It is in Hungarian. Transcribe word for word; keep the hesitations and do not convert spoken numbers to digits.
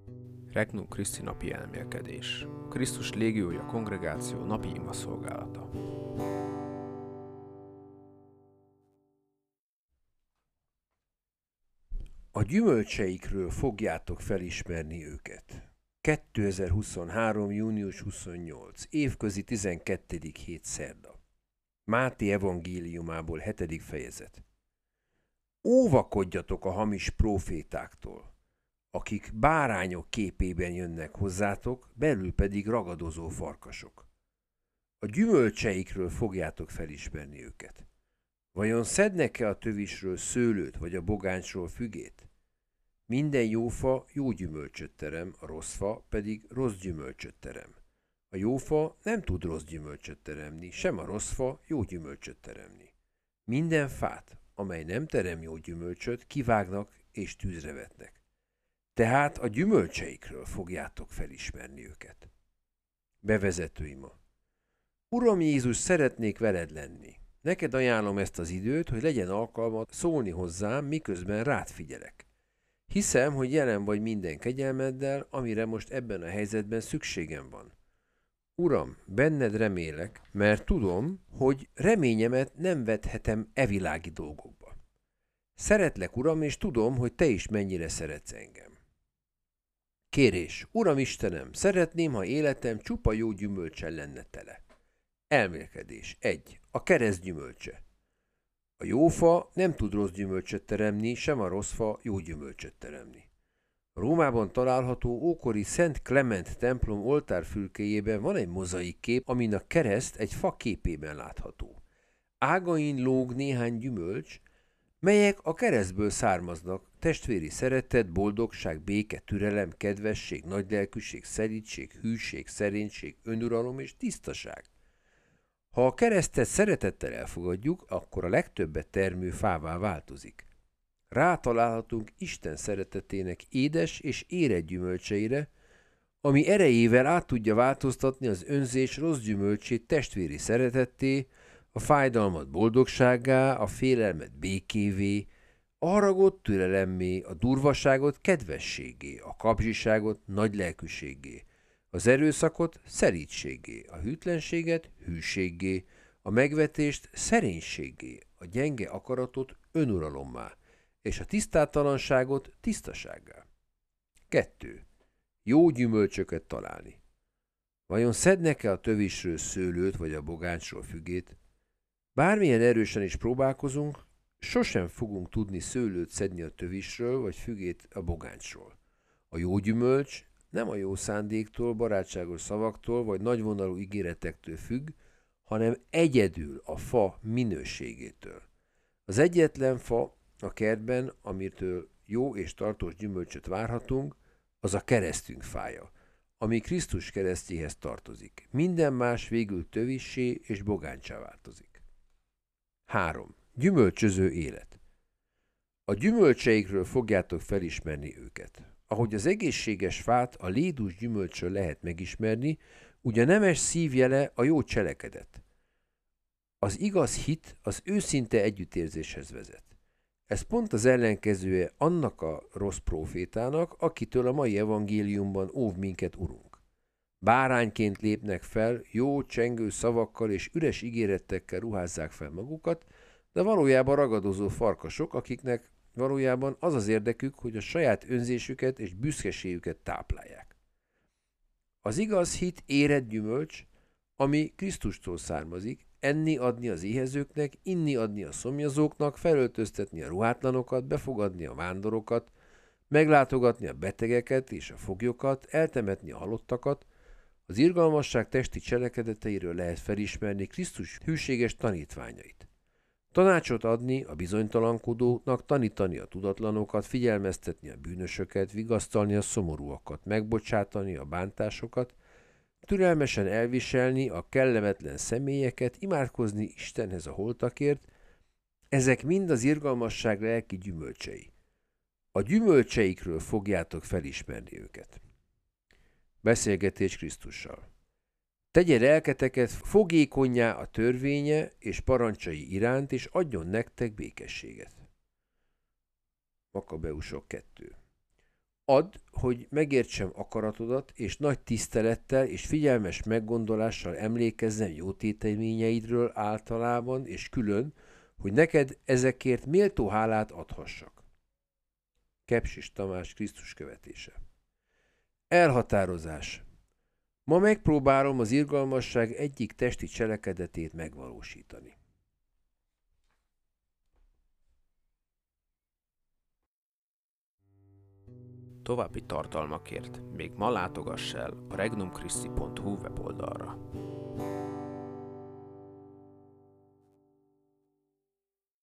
Regnum Christi napi elmélkedés. Krisztus légiója kongregáció napi ima szolgálata. A gyümölcseikről fogjátok felismerni őket. kétezer-huszonhárom. június huszonnyolc. Évközi tizenkettedik hét szerda. Máté evangéliumából hetedik fejezet. Óvakodjatok a hamis prófétáktól, akik bárányok képében jönnek hozzátok, belül pedig ragadozó farkasok. A gyümölcseikről fogjátok felismerni őket. Vajon szednek-e a tövisről szőlőt, vagy a bogáncsról fügét? Minden jó fa jó gyümölcsöt terem, a rossz fa pedig rossz gyümölcsöt terem. A jó fa nem tud rossz gyümölcsöt teremni, sem a rossz fa jó gyümölcsöt teremni. Minden fát, amely nem terem jó gyümölcsöt, kivágnak és tűzre vetnek. Tehát a gyümölcseikről fogjátok felismerni őket. Bevezető ima. Uram Jézus, szeretnék veled lenni. Neked ajánlom ezt az időt, hogy legyen alkalmat szólni hozzám, miközben rád figyelek. Hiszem, hogy jelen vagy minden kegyelmeddel, amire most ebben a helyzetben szükségem van. Uram, benned remélek, mert tudom, hogy reményemet nem vethetem evilági dolgokba. Szeretlek, Uram, és tudom, hogy te is mennyire szeretsz engem. Kérés, Uram Istenem, szeretném, ha életem csupa jó gyümölcsel lenne tele. Elmélkedés. egy. A kereszt gyümölcse. A jó fa nem tud rossz gyümölcsöt teremni, sem a rossz fa jó gyümölcsöt teremni. A Rómában található ókori Szent Klement templom oltárfülkéjében van egy mozaik kép, amin a kereszt egy fa képében látható. Ágain lóg néhány gyümölcs, melyek a keresztből származnak: testvéri szeretet, boldogság, béke, türelem, kedvesség, nagylelkűség, szelídség, hűség, szerénység, önuralom és tisztaság. Ha a keresztet szeretettel elfogadjuk, akkor a legtöbbet termő fává változik. Rátalálhatunk Isten szeretetének édes és érett gyümölcseire, ami erejével át tudja változtatni az önzés rossz gyümölcsét testvéri szeretetté, a fájdalmat boldogsággá, a félelmet békévé, a haragot türelemmé, a durvaságot kedvességé, a kapzsiságot nagylelkűséggé, az erőszakot szerítséggé, a hűtlenséget hűséggé, a megvetést szerénységgé, a gyenge akaratot önuralommá, és a tisztátalanságot tisztasággá. kettő. Jó gyümölcsöket találni. Vajon szednek-e a tövisről szőlőt vagy a bogáncsról fügét? Bármilyen erősen is próbálkozunk, sosem fogunk tudni szőlőt szedni a tövisről vagy fügét a bogáncsról. A jó gyümölcs nem a jó szándéktól, barátságos szavaktól vagy nagyvonalú ígéretektől függ, hanem egyedül a fa minőségétől. Az egyetlen fa a kertben, amitől jó és tartós gyümölcsöt várhatunk, az a keresztünk fája, ami Krisztus keresztjéhez tartozik. Minden más végül tövissé és bogáncsá változik. három. Gyümölcsöző élet. A gyümölcseikről fogjátok felismerni őket. Ahogy az egészséges fát a lédús gyümölcsről lehet megismerni, ugye a nemes szívjele a jó cselekedet. Az igaz hit az őszinte együttérzéshez vezet. Ez pont az ellenkezője annak a rossz prófétának, akitől a mai evangéliumban óv minket Urunk. Bárányként lépnek fel, jó csengő szavakkal és üres ígéretekkel ruházzák fel magukat, de valójában ragadozó farkasok, akiknek valójában az az érdekük, hogy a saját önzésüket és büszkeségüket táplálják. Az igaz hit érett gyümölcs, ami Krisztustól származik, enni adni az éhezőknek, inni adni a szomjazóknak, felöltöztetni a ruhátlanokat, befogadni a vándorokat, meglátogatni a betegeket és a foglyokat, eltemetni a halottakat. Az irgalmasság testi cselekedeteiről lehet felismerni Krisztus hűséges tanítványait. Tanácsot adni a bizonytalankodóknak, tanítani a tudatlanokat, figyelmeztetni a bűnösöket, vigasztalni a szomorúakat, megbocsátani a bántásokat, türelmesen elviselni a kellemetlen személyeket, imádkozni Istenhez a holtakért, ezek mind az irgalmasság lelki gyümölcsei. A gyümölcseikről fogjátok felismerni őket. Beszélgetés Krisztussal. Tegye lelketeket fogékonnyá a törvénye és parancsai iránt, és adjon nektek békességet. Makabeusok kettő. Add, hogy megértsem akaratodat, és nagy tisztelettel és figyelmes meggondolással emlékezzem jó téteményeidről általában és külön, hogy neked ezekért méltó hálát adhassak. Kepsis Tamás Krisztus követése. Elhatározás. Ma megpróbálom az irgalmasság egyik testi cselekedetét megvalósítani. További tartalmakért még ma látogass el a regnumchristi pont hu weboldalra.